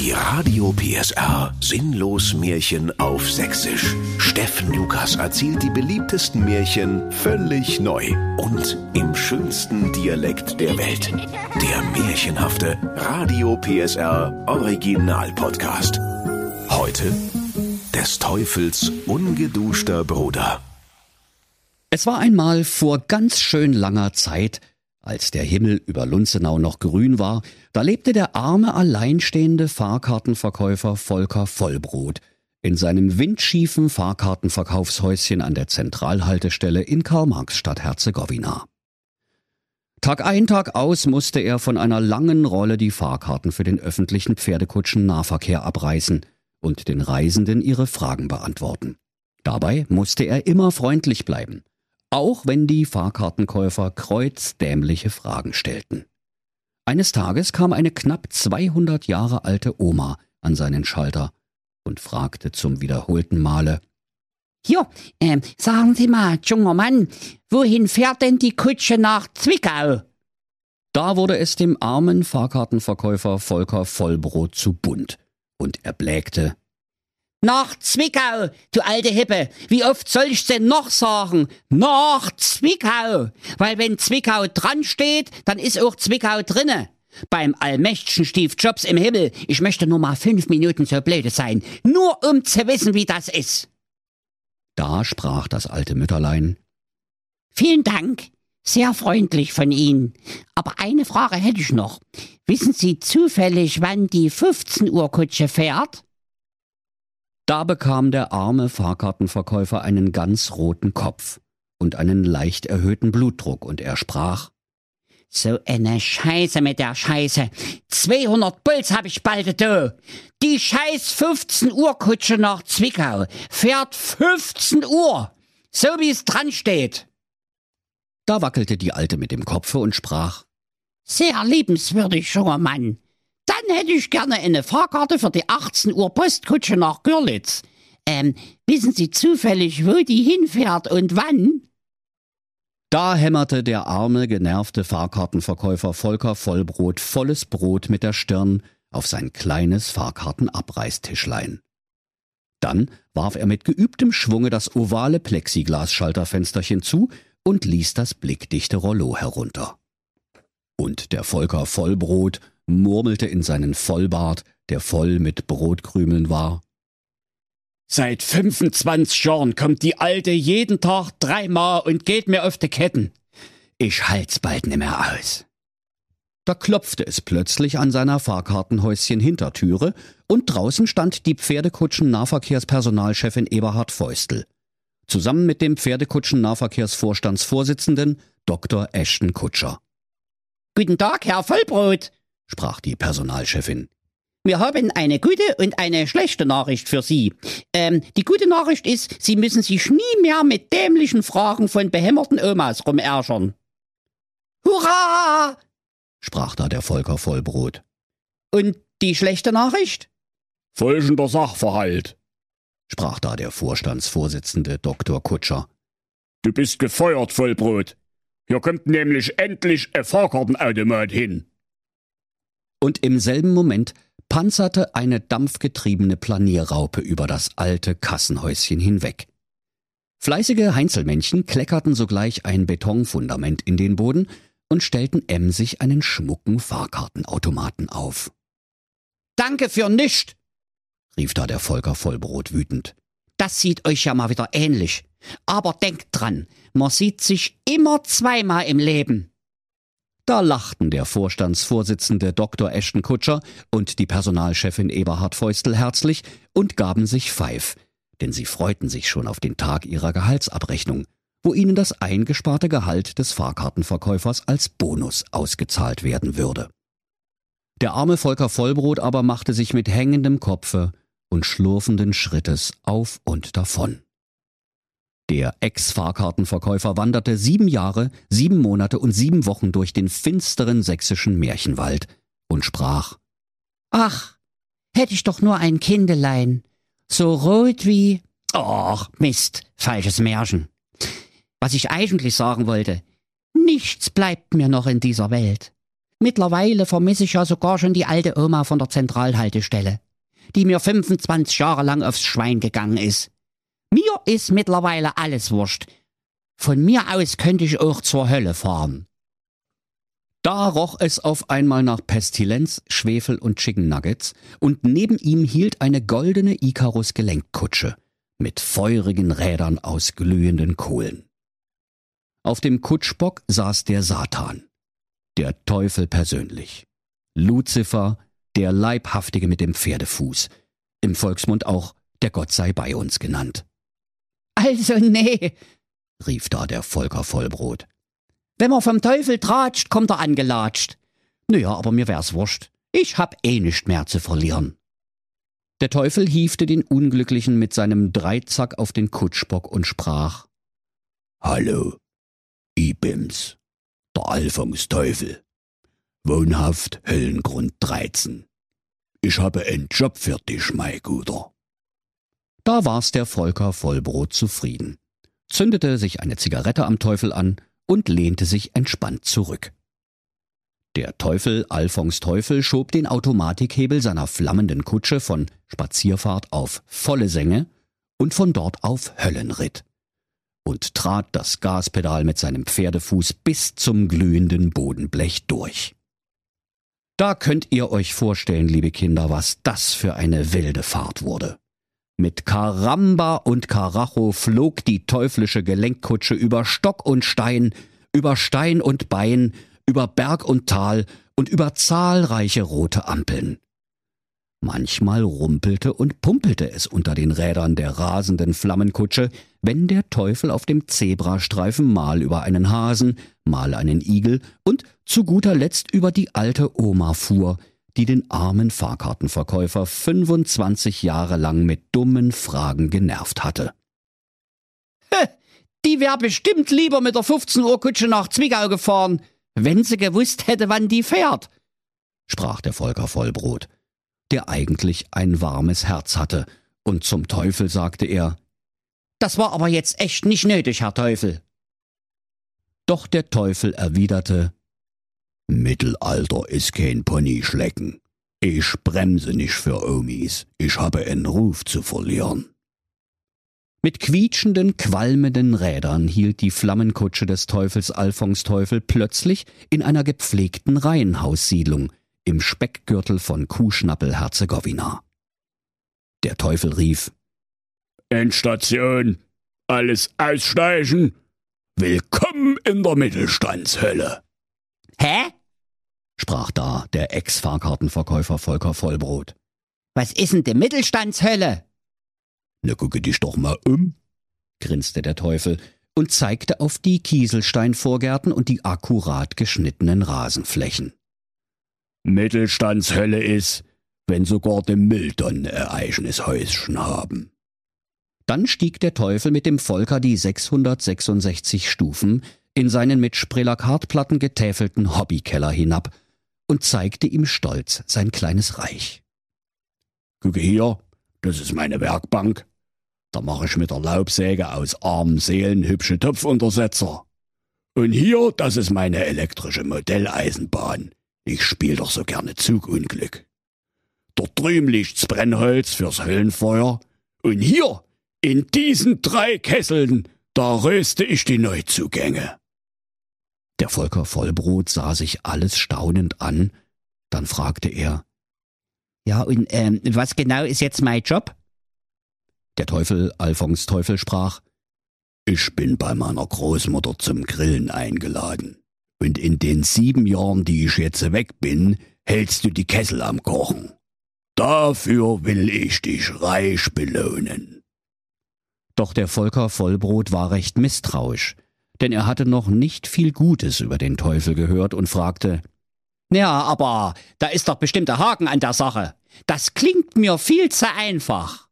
Die Radio PSR Sinnlos Märchen auf Sächsisch. Steffen Lukas erzählt die beliebtesten Märchen völlig neu und im schönsten Dialekt der Welt. Der märchenhafte Radio PSR Original Podcast. Heute des Teufels ungeduschter Bruder. Es war einmal vor ganz schön langer Zeit, als der Himmel über Lunzenau noch grün war, da lebte der arme, alleinstehende Fahrkartenverkäufer Volker Vollbrot in seinem windschiefen Fahrkartenverkaufshäuschen an der Zentralhaltestelle in Karl-Marx-Stadt Herzegowina. Tag ein, Tag aus musste er von einer langen Rolle die Fahrkarten für den öffentlichen Pferdekutschen-Nahverkehr abreißen und den Reisenden ihre Fragen beantworten. Dabei musste er immer freundlich bleiben, auch wenn die Fahrkartenkäufer kreuzdämliche Fragen stellten. Eines Tages kam eine knapp 200 Jahre alte Oma an seinen Schalter und fragte zum wiederholten Male: Hier, sagen Sie mal, junger Mann, wohin fährt denn die Kutsche nach Zwickau? Da wurde es dem armen Fahrkartenverkäufer Volker Vollbrot zu bunt und er blägte: Nach Zwickau, du alte Hippe. Wie oft soll ich's denn noch sagen? Nach Zwickau. Weil wenn Zwickau dran steht, dann ist auch Zwickau drinne. Beim allmächtigen Steve Jobs im Himmel. Ich möchte nur mal 5 Minuten so blöde sein. Nur um zu wissen, wie das ist. Da sprach das alte Mütterlein: Vielen Dank. Sehr freundlich von Ihnen. Aber eine Frage hätte ich noch. Wissen Sie zufällig, wann die 15 Uhr Kutsche fährt? Da bekam der arme Fahrkartenverkäufer einen ganz roten Kopf und einen leicht erhöhten Blutdruck und er sprach: So eine Scheiße mit der Scheiße. 200 Puls hab ich bald, du. Die scheiß 15 Uhr Kutsche nach Zwickau fährt 15 Uhr. So wie es dran steht. Da wackelte die Alte mit dem Kopfe und sprach: Sehr liebenswürdig, junger Mann. Dann hätte ich gerne eine Fahrkarte für die 18 Uhr Postkutsche nach Görlitz. Wissen Sie zufällig, wo die hinfährt und wann? Da hämmerte der arme, genervte Fahrkartenverkäufer Volker Vollbrot volles Brot mit der Stirn auf sein kleines Fahrkartenabreißtischlein. Dann warf er mit geübtem Schwunge das ovale Plexiglas-Schalterfensterchen zu und ließ das blickdichte Rollo herunter. Und der Volker Vollbrot murmelte in seinen Vollbart, der voll mit Brotkrümeln war: Seit 25 Jahren kommt die Alte jeden Tag 3-mal und geht mir auf die Ketten. Ich halt's bald nimmer aus. Da klopfte es plötzlich an seiner Fahrkartenhäuschen-Hintertüre und draußen stand die Pferdekutschen-Nahverkehrspersonalchefin Eberhard Feustel, zusammen mit dem Pferdekutschen-Nahverkehrsvorstandsvorsitzenden Dr. Ashton Kutscher. Guten Tag, Herr Vollbrot, sprach die Personalchefin. Wir haben eine gute und eine schlechte Nachricht für Sie. Die gute Nachricht ist, Sie müssen sich nie mehr mit dämlichen Fragen von behämmerten Omas rumärgern. Hurra! Sprach da der Volker Vollbrot. Und die schlechte Nachricht? Folgender Sachverhalt, sprach da der Vorstandsvorsitzende Dr. Kutscher. Du bist gefeuert, Vollbrot. Hier kommt nämlich endlich ein Fahrkartenautomat hin. Und im selben Moment panzerte eine dampfgetriebene Planierraupe über das alte Kassenhäuschen hinweg. Fleißige Heinzelmännchen kleckerten sogleich ein Betonfundament in den Boden und stellten emsig einen schmucken Fahrkartenautomaten auf. Danke für nischt, rief da der Volker Vollbrot wütend. Das sieht euch ja mal wieder ähnlich. Aber denkt dran, man sieht sich immer 2-mal im Leben. Da lachten der Vorstandsvorsitzende Dr. Ashton Kutscher und die Personalchefin Eberhard Feustel herzlich und gaben sich Pfeif, denn sie freuten sich schon auf den Tag ihrer Gehaltsabrechnung, wo ihnen das eingesparte Gehalt des Fahrkartenverkäufers als Bonus ausgezahlt werden würde. Der arme Volker Vollbrot aber machte sich mit hängendem Kopfe und schlurfenden Schrittes auf und davon. Der Ex-Fahrkartenverkäufer wanderte 7 Jahre, 7 Monate und 7 Wochen durch den finsteren sächsischen Märchenwald und sprach: Ach, hätte ich doch nur ein Kindelein, so rot wie... Ach, Mist, falsches Märchen. Was ich eigentlich sagen wollte, nichts bleibt mir noch in dieser Welt. Mittlerweile vermisse ich ja sogar schon die alte Oma von der Zentralhaltestelle, die mir 25 Jahre lang aufs Schwein gegangen ist. Mir ist mittlerweile alles wurscht. Von mir aus könnte ich auch zur Hölle fahren. Da roch es auf einmal nach Pestilenz, Schwefel und Chicken Nuggets und neben ihm hielt eine goldene Ikarus-Gelenkkutsche mit feurigen Rädern aus glühenden Kohlen. Auf dem Kutschbock saß der Satan, der Teufel persönlich. Luzifer, der Leibhaftige mit dem Pferdefuß, im Volksmund auch der Gott sei bei uns genannt. Also nee, rief da der Volker Vollbrot. wenn man vom Teufel tratscht, kommt er angelatscht. Naja, aber mir wär's wurscht. Ich hab eh nicht mehr zu verlieren. Der Teufel hiefte den Unglücklichen mit seinem Dreizack auf den Kutschbock und sprach: Hallo, ich bin's, der Alfons Teufel. Wohnhaft Höllengrund 13. Ich habe einen Job für dich, mein Guter. Da war's der Volker Vollbrot zufrieden, zündete sich eine Zigarette am Teufel an und lehnte sich entspannt zurück. Der Teufel Alfons Teufel schob den Automatikhebel seiner flammenden Kutsche von Spazierfahrt auf volle Sänge und von dort auf Höllenritt und trat das Gaspedal mit seinem Pferdefuß bis zum glühenden Bodenblech durch. Da könnt ihr euch vorstellen, liebe Kinder, was das für eine wilde Fahrt wurde. Mit Karamba und Karacho flog die teuflische Gelenkkutsche über Stock und Stein und Bein, über Berg und Tal und über zahlreiche rote Ampeln. Manchmal rumpelte und pumpelte es unter den Rädern der rasenden Flammenkutsche, wenn der Teufel auf dem Zebrastreifen mal über einen Hasen, mal einen Igel und zu guter Letzt über die alte Oma fuhr, die den armen Fahrkartenverkäufer 25 Jahre lang mit dummen Fragen genervt hatte. Die wär bestimmt lieber mit der 15-Uhr-Kutsche nach Zwickau gefahren, wenn sie gewusst hätte, wann die fährt, sprach der Volker Vollbrot, der eigentlich ein warmes Herz hatte, und zum Teufel sagte er: Das war aber jetzt echt nicht nötig, Herr Teufel. Doch der Teufel erwiderte: Mittelalter ist kein Ponyschlecken. Ich bremse nicht für Omis. Ich habe einen Ruf zu verlieren. Mit quietschenden, qualmenden Rädern hielt die Flammenkutsche des Teufels Alfons Teufel plötzlich in einer gepflegten Reihenhaussiedlung im Speckgürtel von Kuhschnappel-Herzegowina. Der Teufel rief: Endstation, alles aussteigen. Willkommen in der Mittelstandshölle. Hä? Sprach da der Ex-Fahrkartenverkäufer Volker Vollbrot. Was ist denn die Mittelstandshölle? Na, gucke dich doch mal um, grinste der Teufel und zeigte auf die Kieselsteinvorgärten und die akkurat geschnittenen Rasenflächen. Mittelstandshölle ist, wenn sogar die Mülltonnen ein eigenes Häuschen haben. Dann stieg der Teufel mit dem Volker die 666 Stufen in seinen mit Sprelakatplatten getäfelten Hobbykeller hinab und zeigte ihm stolz sein kleines Reich. Gucke hier, das ist meine Werkbank. Da mache ich mit der Laubsäge aus armen Seelen hübsche Topfuntersetzer. Und hier, das ist meine elektrische Modelleisenbahn. Ich spiel doch so gerne Zugunglück. Dort drüben liegt's Brennholz fürs Höllenfeuer. Und hier, in diesen 3 Kesseln, da röste ich die Neuzugänge. Der Volker Vollbrot sah sich alles staunend an. Dann fragte er: Ja, und was genau ist jetzt mein Job? Der Teufel Alfons Teufel sprach: Ich bin bei meiner Großmutter zum Grillen eingeladen. Und in den 7 Jahren, die ich jetzt weg bin, hältst du die Kessel am Kochen. Dafür will ich dich reich belohnen. Doch der Volker Vollbrot war recht misstrauisch, denn er hatte noch nicht viel Gutes über den Teufel gehört und fragte: Ja, aber da ist doch bestimmt der Haken an der Sache. Das klingt mir viel zu einfach.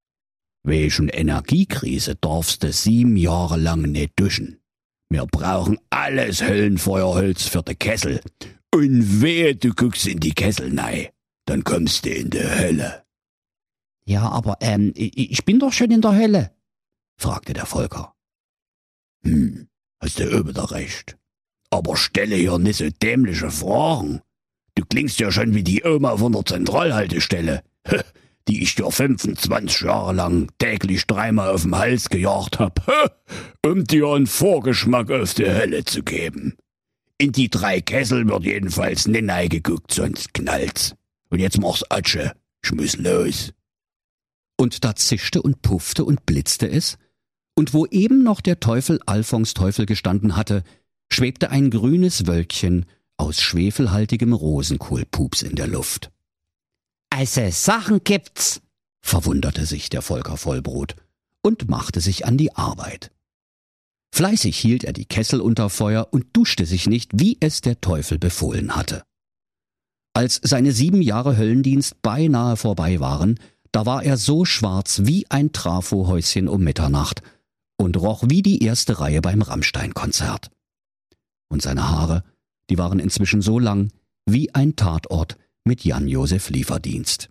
Wegen Energiekrise darfst du 7 Jahre lang nicht duschen. Wir brauchen alles Höllenfeuerholz für die Kessel. Und wehe, du guckst in die Kessel rein, dann kommst du in die Hölle. Ja, aber ich bin doch schon in der Hölle, fragte der Volker. Hast du wieder recht. Aber stelle hier nicht so dämliche Fragen. Du klingst ja schon wie die Oma von der Zentralhaltestelle, die ich dir 25 Jahre lang täglich 3-mal auf den Hals gejagt hab, um dir einen Vorgeschmack auf die Hölle zu geben. In die 3 Kessel wird jedenfalls nicht reingeguckt, sonst knallt's. Und jetzt mach's Atsche, ich muss los. Und da zischte und puffte und blitzte es, und wo eben noch der Teufel Alfons Teufel gestanden hatte, schwebte ein grünes Wölkchen aus schwefelhaltigem Rosenkohlpups in der Luft. Also Sachen gibt's, verwunderte sich der Volker Vollbrot und machte sich an die Arbeit. Fleißig hielt er die Kessel unter Feuer und duschte sich nicht, wie es der Teufel befohlen hatte. Als seine 7 Jahre Höllendienst beinahe vorbei waren, da war er so schwarz wie ein Trafohäuschen um Mitternacht und roch wie die erste Reihe beim Rammstein-Konzert. Und seine Haare, die waren inzwischen so lang wie ein Tatort mit Jan-Josef Lieferdienst.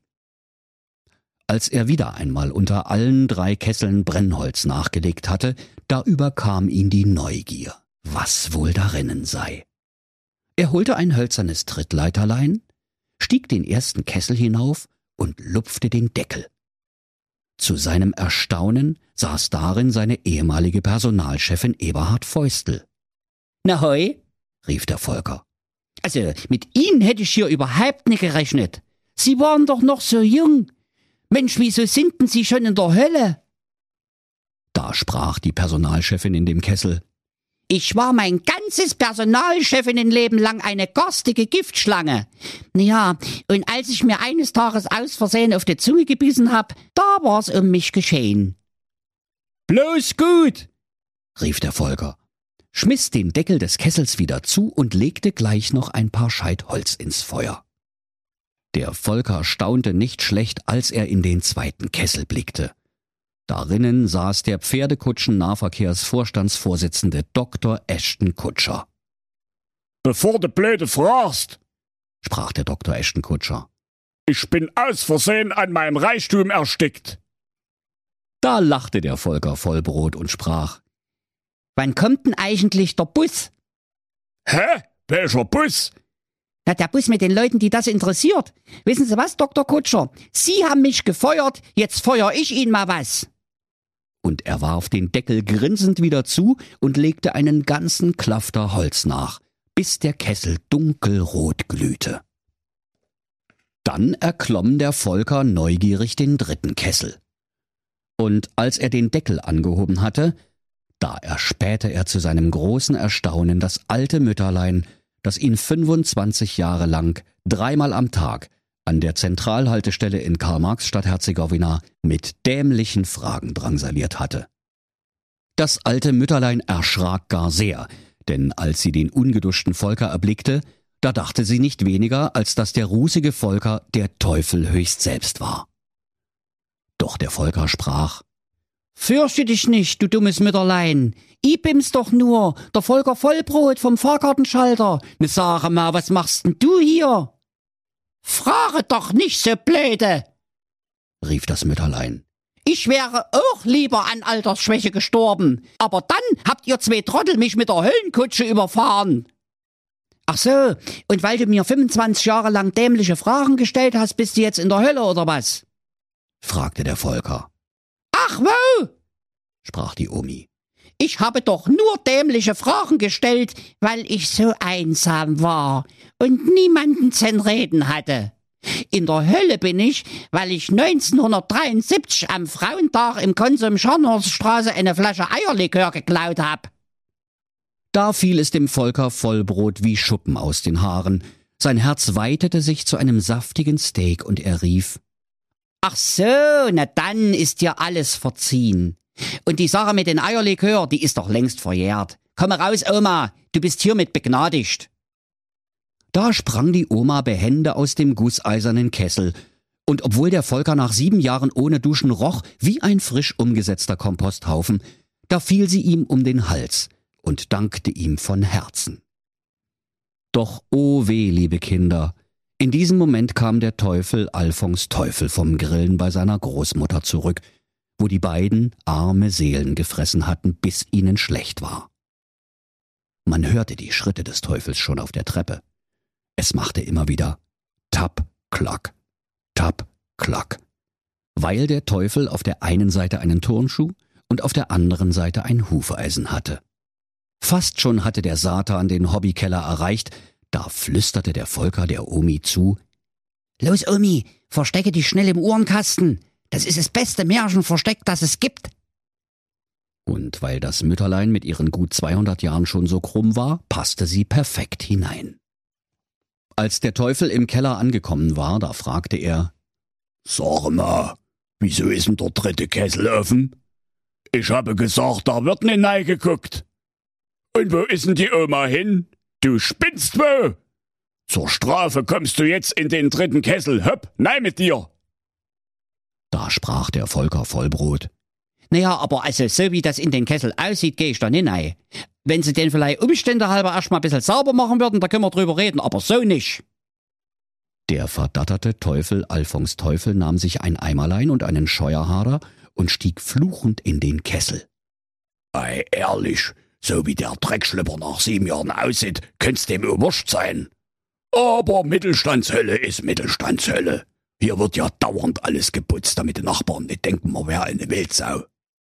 Als er wieder einmal unter allen 3 Kesseln Brennholz nachgelegt hatte, da überkam ihn die Neugier, was wohl darinnen sei. Er holte ein hölzernes Trittleiterlein, stieg den ersten Kessel hinauf und lupfte den Deckel. Zu seinem Erstaunen saß darin seine ehemalige Personalchefin Eberhard Feustel. Na hoi, rief der Volker. also mit Ihnen hätte ich hier überhaupt nicht gerechnet. Sie waren doch noch so jung. Mensch, wieso sind denn Sie schon in der Hölle? Da sprach die Personalchefin in dem Kessel. Ich war mein ganzes Personalchefinnenleben lang eine garstige Giftschlange. Ja, und als ich mir eines Tages aus Versehen auf die Zunge gebissen hab, da war's um mich geschehen. Bloß gut, rief der Volker, schmiss den Deckel des Kessels wieder zu und legte gleich noch ein paar Scheit Holz ins Feuer. Der Volker staunte nicht schlecht, als er in den zweiten Kessel blickte. Darinnen saß der Pferdekutschen-Nahverkehrsvorstandsvorsitzende Dr. Ashton Kutscher. bevor du blöde fragst, Sprach der Dr. Ashton Kutscher. ich bin aus Versehen an meinem Reichtum erstickt. Da lachte der Volker Vollbrot und sprach. Wann kommt denn eigentlich der Bus? Hä? Welcher Bus? Na, der Bus mit den Leuten, die das interessiert. Wissen Sie was, Dr. Kutscher? Sie haben mich gefeuert, jetzt feuer ich Ihnen mal was. Und er warf den Deckel grinsend wieder zu und legte einen ganzen Klafter Holz nach, bis der Kessel dunkelrot glühte. Dann erklomm der Volker neugierig den dritten Kessel. Und als er den Deckel angehoben hatte, da erspähte er zu seinem großen Erstaunen das alte Mütterlein, das ihn 25 Jahre lang 3-mal am Tag an der Zentralhaltestelle in Karl-Marx-Stadt mit dämlichen Fragen drangsaliert hatte. Das alte Mütterlein erschrak gar sehr, denn als sie den ungeduschten Volker erblickte, da dachte sie nicht weniger, als dass der rusige Volker der Teufel höchst selbst war. Doch der Volker sprach: Fürchte dich nicht, du dummes Mütterlein. Ich bin's doch nur, der Volker Vollbrot vom Fahrkartenschalter. Ne, sag mal, was machst denn du hier? Frage doch nicht so blöde, rief das Mütterlein. Ich wäre auch lieber an Altersschwäche gestorben. Aber dann habt ihr 2 Trottel mich mit der Höllenkutsche überfahren. Ach so, und weil du mir 25 Jahre lang dämliche Fragen gestellt hast, bist du jetzt in der Hölle oder was? Fragte der Volker. Ach wo, Sprach die Omi. ich habe doch nur dämliche Fragen gestellt, weil ich so einsam war und niemanden zum Reden hatte. In der Hölle bin ich, weil ich 1973 am Frauentag im Konsum Scharnhorststraße eine Flasche Eierlikör geklaut hab. Da fiel es dem Volker Vollbrot wie Schuppen aus den Haaren. Sein Herz weitete sich zu einem saftigen Steak und er rief: Ach so, na dann ist dir alles verziehen. Und die Sache mit den Eierlikör, die ist doch längst verjährt. Komm raus, Oma, du bist hiermit begnadigt. Da sprang die Oma behende aus dem gusseisernen Kessel, und obwohl der Volker nach 7 Jahren ohne Duschen roch wie ein frisch umgesetzter Komposthaufen, da fiel sie ihm um den Hals und dankte ihm von Herzen. Doch oh weh, liebe Kinder, in diesem Moment kam der Teufel Alfons Teufel vom Grillen bei seiner Großmutter zurück, wo die beiden arme Seelen gefressen hatten, bis ihnen schlecht war. Man hörte die Schritte des Teufels schon auf der Treppe. Es machte immer wieder Tap, Klack, Tap, Klack, weil der Teufel auf der einen Seite einen Turnschuh und auf der anderen Seite ein Hufeisen hatte. Fast schon hatte der Satan den Hobbykeller erreicht, da flüsterte der Volker der Omi zu: »Los, Omi, verstecke dich schnell im Uhrenkasten. Das ist das beste Märchenversteck, das es gibt.« Und weil das Mütterlein mit ihren gut 200 Jahren schon so krumm war, passte sie perfekt hinein. Als der Teufel im Keller angekommen war, da fragte er: »Sag mal, wieso ist denn der 3. Kessel offen? Ich habe gesagt, da wird nicht reingeguckt. Und wo ist denn die Oma hin? Du spinnst wo? Zur Strafe kommst du jetzt in den 3. Kessel. Hopp, nein mit dir!« Da sprach der Volker Vollbrot: »Naja, aber also so wie das in den Kessel aussieht, gehe ich da nicht rein. Wenn sie den vielleicht Umstände halber erst mal ein bisschen sauber machen würden, da können wir drüber reden, aber so nicht.« Der verdatterte Teufel Alfons Teufel nahm sich ein Eimerlein und einen Scheuerhader und stieg fluchend in den Kessel. »Ei, ehrlich, so wie der Dreckschlipper nach 7 Jahren aussieht, könnt's dem auch wurscht sein. Aber Mittelstandshölle ist Mittelstandshölle. Hier wird ja dauernd alles geputzt, damit die Nachbarn nicht denken, man wäre eine Wildsau.«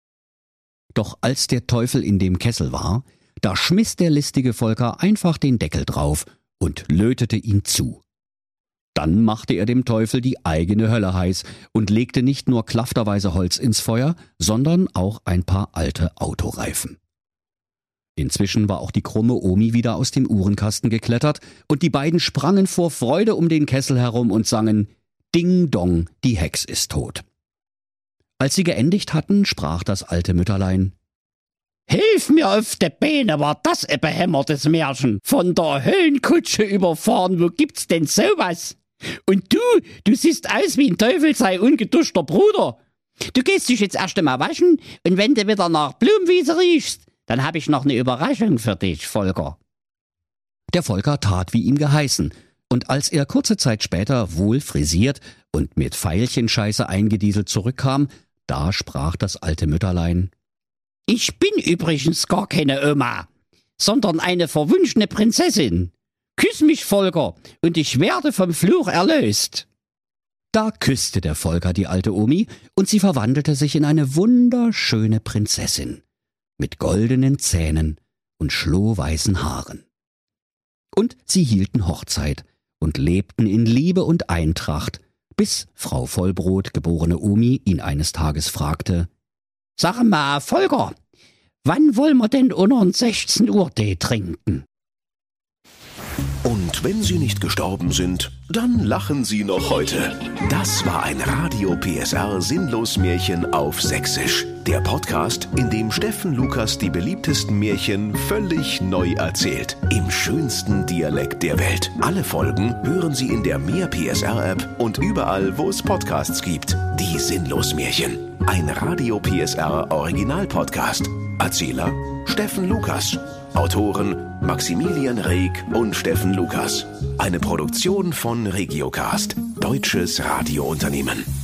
Doch als der Teufel in dem Kessel war, da schmiss der listige Volker einfach den Deckel drauf und lötete ihn zu. Dann machte er dem Teufel die eigene Hölle heiß und legte nicht nur klafterweise Holz ins Feuer, sondern auch ein paar alte Autoreifen. Inzwischen war auch die krumme Omi wieder aus dem Uhrenkasten geklettert und die beiden sprangen vor Freude um den Kessel herum und sangen: »Ding dong, die Hex ist tot.« Als sie geendigt hatten, sprach das alte Mütterlein: »Hilf mir auf de Beine, war das ein behämmertes Märchen. Von der Höllenkutsche überfahren, wo gibt's denn sowas? Und du siehst aus wie ein Teufel sei ungeduschter Bruder. Du gehst dich jetzt erst einmal waschen und wenn du wieder nach Blumenwiese riechst, dann hab ich noch eine Überraschung für dich, Volker.« Der Volker tat, wie ihm geheißen, und als er kurze Zeit später wohl frisiert und mit Veilchenscheiße eingedieselt zurückkam, da sprach das alte Mütterlein: »Ich bin übrigens gar keine Oma, sondern eine verwunschene Prinzessin. Küss mich, Volker, und ich werde vom Fluch erlöst.« Da küsste der Volker die alte Omi, und sie verwandelte sich in eine wunderschöne Prinzessin mit goldenen Zähnen und schlohweißen Haaren. Und sie hielten Hochzeit und lebten in Liebe und Eintracht, bis Frau Vollbrot, geborene Omi, ihn eines Tages fragte: »Sag mal, Volker, wann wollen wir denn unseren 16 Uhr Tee trinken?« Und wenn Sie nicht gestorben sind, dann lachen Sie noch heute. Das war ein Radio PSR Sinnlos-Märchen auf Sächsisch. Der Podcast, in dem Steffen Lukas die beliebtesten Märchen völlig neu erzählt. Im schönsten Dialekt der Welt. Alle Folgen hören Sie in der Mehr PSR-App und überall, wo es Podcasts gibt. Die Sinnlos-Märchen. Ein Radio PSR Original-Podcast. Erzähler Steffen Lukas. Autoren Maximilian Reg und Steffen Lukas. Eine Produktion von Regiocast, deutsches Radiounternehmen.